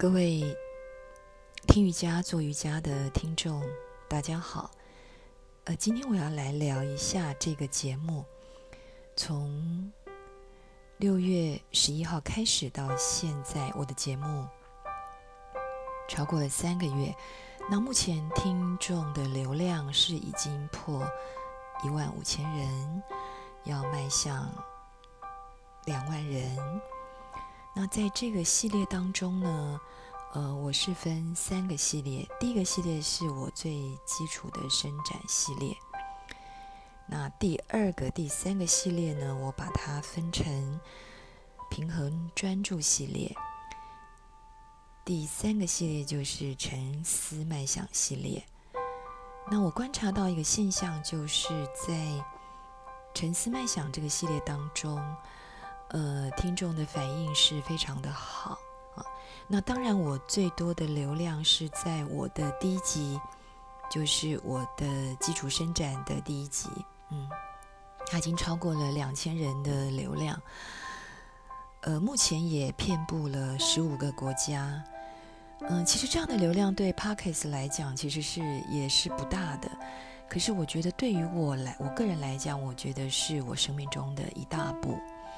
各位听瑜伽、做瑜伽的听众，大家好。今天我要来聊一下这个节目，从6月11号开始到现在，我的节目超过了3个月。那目前听众的流量是已经破15000人，要迈向2万人。那在这个系列当中呢，我是分3个系列。第一个系列是我最基础的伸展系列。那第2个、第3个系列呢，我把它分成平衡专注系列。第3个系列就是沉思迈向系列。那我观察到一个现象，就是在沉思迈向这个系列当中，听众的反应是非常的好啊。那当然，我最多的流量是在我的第1集，就是我的基础伸展的第1集，它已经超过了2000人的流量。目前也遍布了15个国家。其实这样的流量对 Podcast 来讲，其实也是不大的。可是我觉得对于我个人来讲，我觉得是我生命中的一大步。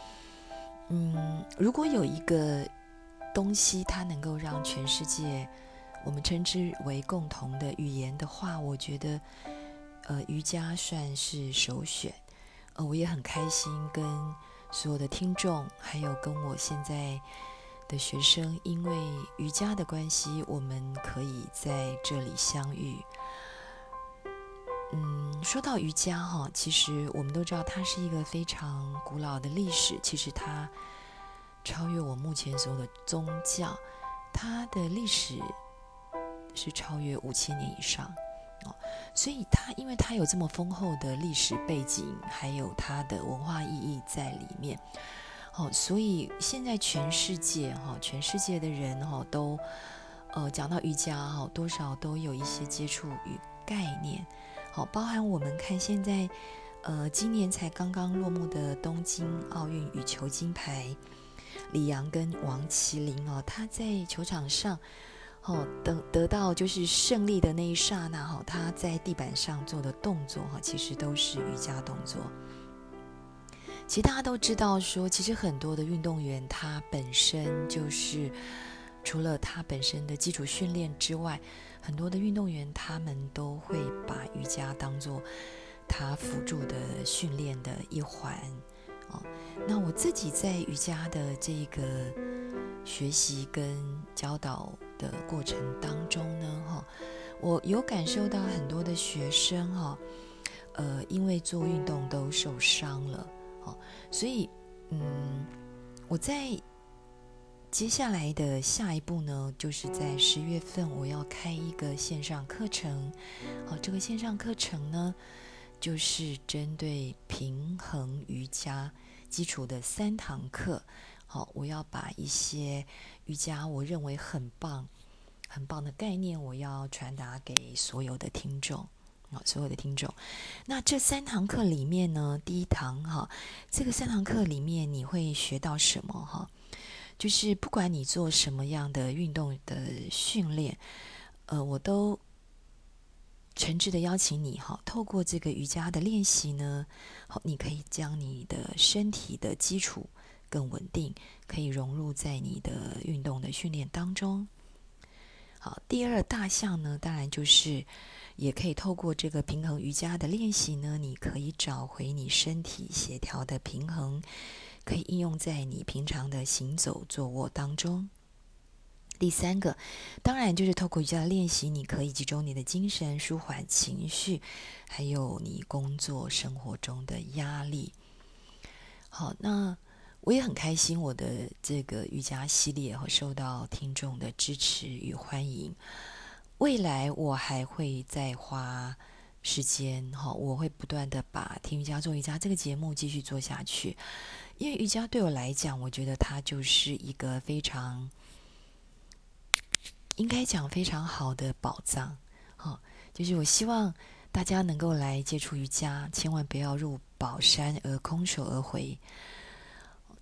如果有一个东西它能够让全世界我们称之为共同的语言的话，我觉得瑜伽算是首选。我也很开心跟所有的听众还有跟我现在的学生，因为瑜伽的关系，我们可以在这里相遇。说到瑜伽其实我们都知道它是一个非常古老的历史，其实它超越我目前所有的宗教，它的历史是超越5000年以上。所以因为它有这么丰厚的历史背景，还有它的文化意义在里面，所以现在全世界的人都讲到瑜伽多少都有一些接触与概念。包含我们看现在今年才刚刚落幕的东京奥运羽球金牌李阳跟王麒麟他在球场上等得到就是胜利的那一刹那他在地板上做的动作其实都是瑜伽动作。其实大家都知道说，其实很多的运动员他本身就是除了他本身的基础训练之外，很多的运动员他们都会把瑜伽当作他辅助的训练的一环。那我自己在瑜伽的这个学习跟教导的过程当中呢，我有感受到很多的学生因为做运动都受伤了，所以我在接下来的下一步呢，就是在10月份我要开一个线上课程。这个线上课程呢，就是针对平衡瑜伽基础的3堂课。我要把一些瑜伽我认为很棒的概念，我要传达给所有的听众。那这3堂课里面呢，第一堂这个3堂课里面你会学到什么就是不管你做什么样的运动的训练，我都诚挚的邀请你透过这个瑜伽的练习呢，你可以将你的身体的基础更稳定，可以融入在你的运动的训练当中。好，第2大项呢，当然就是也可以透过这个平衡瑜伽的练习呢，你可以找回你身体协调的平衡，可以应用在你平常的行走坐卧当中。第3个当然就是透过瑜伽的练习，你可以集中你的精神，舒缓情绪，还有你工作生活中的压力。好，那我也很开心我的这个瑜伽系列受到听众的支持与欢迎。未来我还会再花时间我会不断的把听瑜伽做瑜伽这个节目继续做下去。因为瑜伽对我来讲，我觉得它就是一个应该讲非常好的宝藏。就是我希望大家能够来接触瑜伽，千万不要入宝山而空手而回。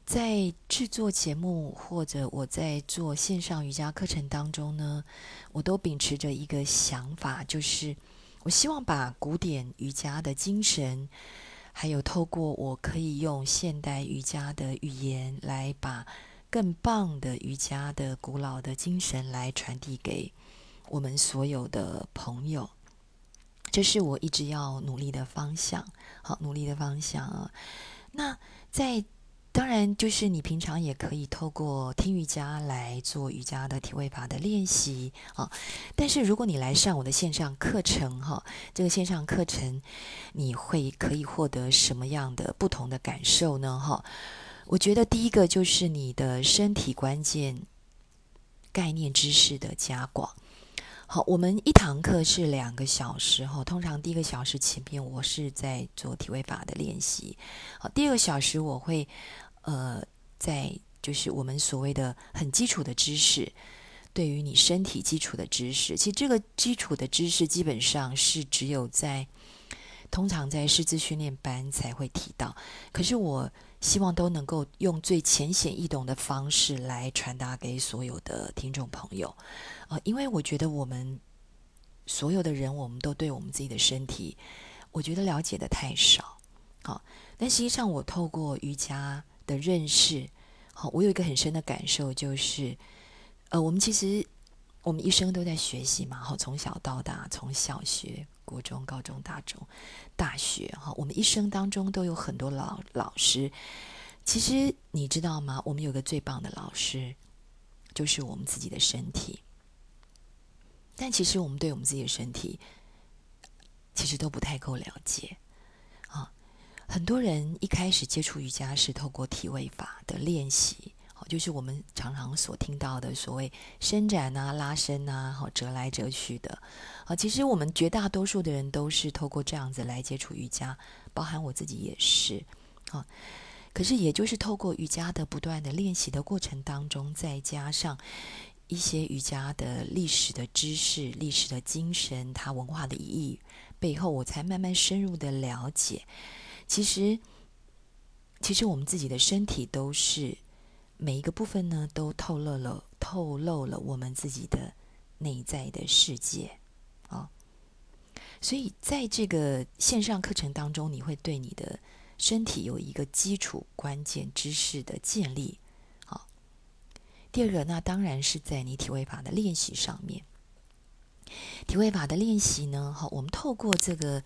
在制作节目或者我在做线上瑜伽课程当中呢，我都秉持着一个想法，就是我希望把古典瑜伽的精神，还有透过我可以用现代瑜伽的语言来把更棒的瑜伽的古老的精神来传递给我们所有的朋友。这是我一直要努力的方向，好，努力的方向啊。那当然就是你平常也可以透过听瑜伽来做瑜伽的体位法的练习啊。但是如果你来上我的线上课程哈，这个线上课程你可以获得什么样的不同的感受呢？哈，我觉得第一个就是你的身体关键概念知识的加广。好，我们一堂课是2个小时哈，通常第1个小时前面我是在做体位法的练习，好，第2个小时我会在就是我们所谓的很基础的知识，对于你身体基础的知识，其实这个基础的知识基本上是只有通常在师资训练班才会提到，可是我希望都能够用最浅显易懂的方式来传达给所有的听众朋友。因为我觉得我们所有的人，我们都对我们自己的身体，我觉得了解的太少。好，但实际上我透过瑜伽的认识，好，我有一个很深的感受，就是我们其实我们一生都在学习嘛，好，从小到大，从小学、国中、高中、大学，好，我们一生当中都有很多老师。其实你知道吗？我们有个最棒的老师，就是我们自己的身体。但其实我们对我们自己的身体其实都不太够了解啊。很多人一开始接触瑜伽是透过体位法的练习，就是我们常常所听到的所谓伸展啊、拉伸啊、折来折去的。其实我们绝大多数的人都是透过这样子来接触瑜伽，包含我自己也是。可是也就是透过瑜伽的不断的练习的过程当中，再加上一些瑜伽的历史的知识、历史的精神，它文化的意义背后，我才慢慢深入的了解。其实我们自己的身体都是每一个部分呢，都透露了我们自己的内在的世界啊。所以在这个线上课程当中，你会对你的身体有一个基础关键知识的建立。第二个，那当然是在你体位法的练习上面。体位法的练习呢，我们透过这个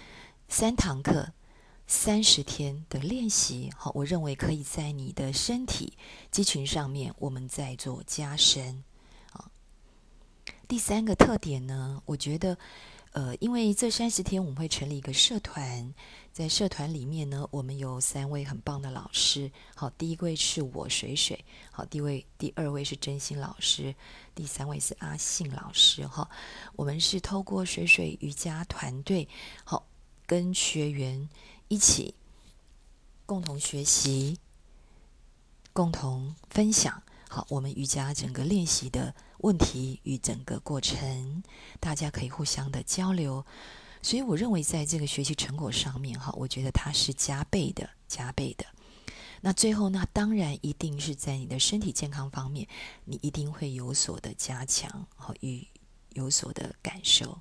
3堂课30天的练习，我认为可以在你的身体肌群上面我们再做加深。第3个特点呢，我觉得因为这30天我们会成立一个社团，在社团里面呢，我们有3位很棒的老师。好，第1位是我水水，好，第2位是真心老师，第3位是阿信老师。我们是透过水水瑜伽团队，好，跟学员一起共同学习，共同分享。好，我们瑜伽整个练习的问题与整个过程，大家可以互相的交流。所以我认为在这个学习成果上面，我觉得它是加倍的。那最后呢，当然一定是在你的身体健康方面，你一定会有所的加强，与有所的感受。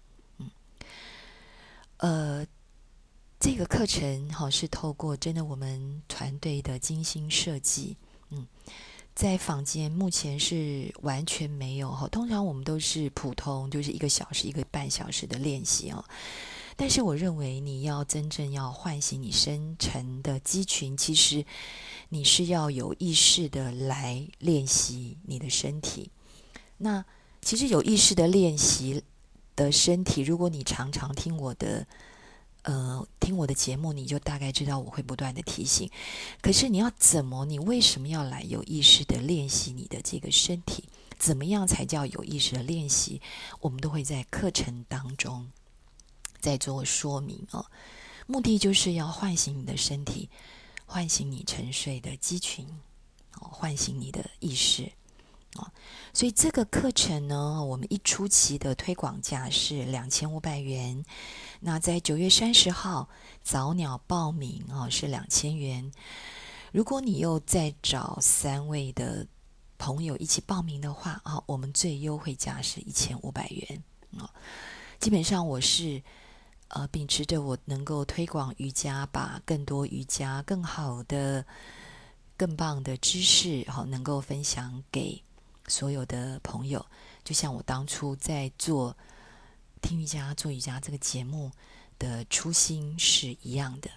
这个课程是透过真的我们团队的精心设计。在坊间目前是完全没有，通常我们都是普通，就是1个小时、1个半小时的练习。但是我认为你要真正要唤醒你深层的肌群，其实你是要有意识的来练习你的身体。那其实有意识的练习的身体，如果你常常听我的节目，你就大概知道我会不断的提醒。可是你为什么要来有意识的练习你的这个身体？怎么样才叫有意识的练习？我们都会在课程当中再做说明。目的就是要唤醒你的身体，唤醒你沉睡的肌群，唤醒你的意识。所以这个课程呢，我们一初期的推广价是2500元。那在9月30号早鸟报名是2000元。 如果你又再找3位的朋友一起报名的话，我们最优惠价是1500元。基本上我是秉持着我能够推广瑜伽，把更多瑜伽更好的更棒的知识能够分享给所有的朋友，就像我当初在做听瑜伽做瑜伽这个节目的初心是一样的。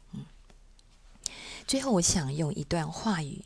最后我想用一段话语，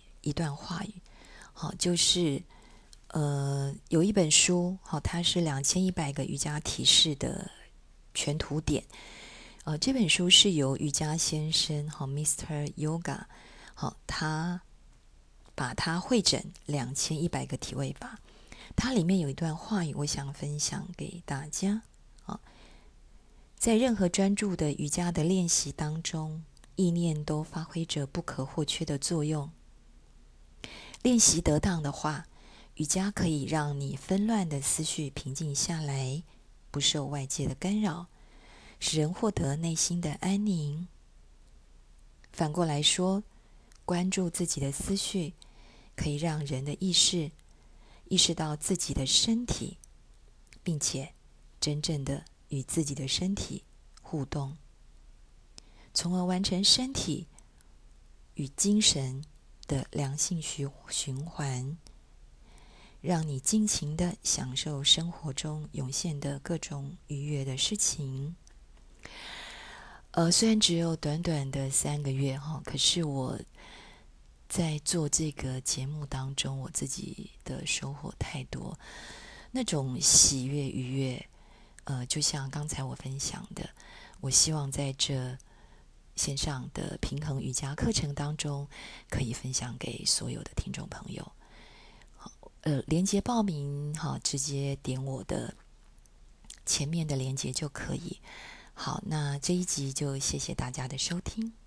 就是有一本书，它是2100个瑜伽体式的全图典。这本书是由瑜伽先生Mr. Yoga，他把它汇整2100个体位法。它里面有一段话语，我想分享给大家。在任何专注的瑜伽的练习当中，意念都发挥着不可或缺的作用。练习得当的话，瑜伽可以让你纷乱的思绪平静下来，不受外界的干扰，使人获得内心的安宁。反过来说，关注自己的思绪，可以让人的意识到自己的身体，并且真正的与自己的身体互动，从而完成身体与精神的良性循环，让你尽情地享受生活中涌现的各种愉悦的事情。虽然只有短短的3个月可是我在做这个节目当中，我自己的收获太多，那种喜悦愉悦，就像刚才我分享的，我希望在这线上的平衡瑜伽课程当中，可以分享给所有的听众朋友。连结报名直接点我的前面的连结就可以。好，那这一集就谢谢大家的收听。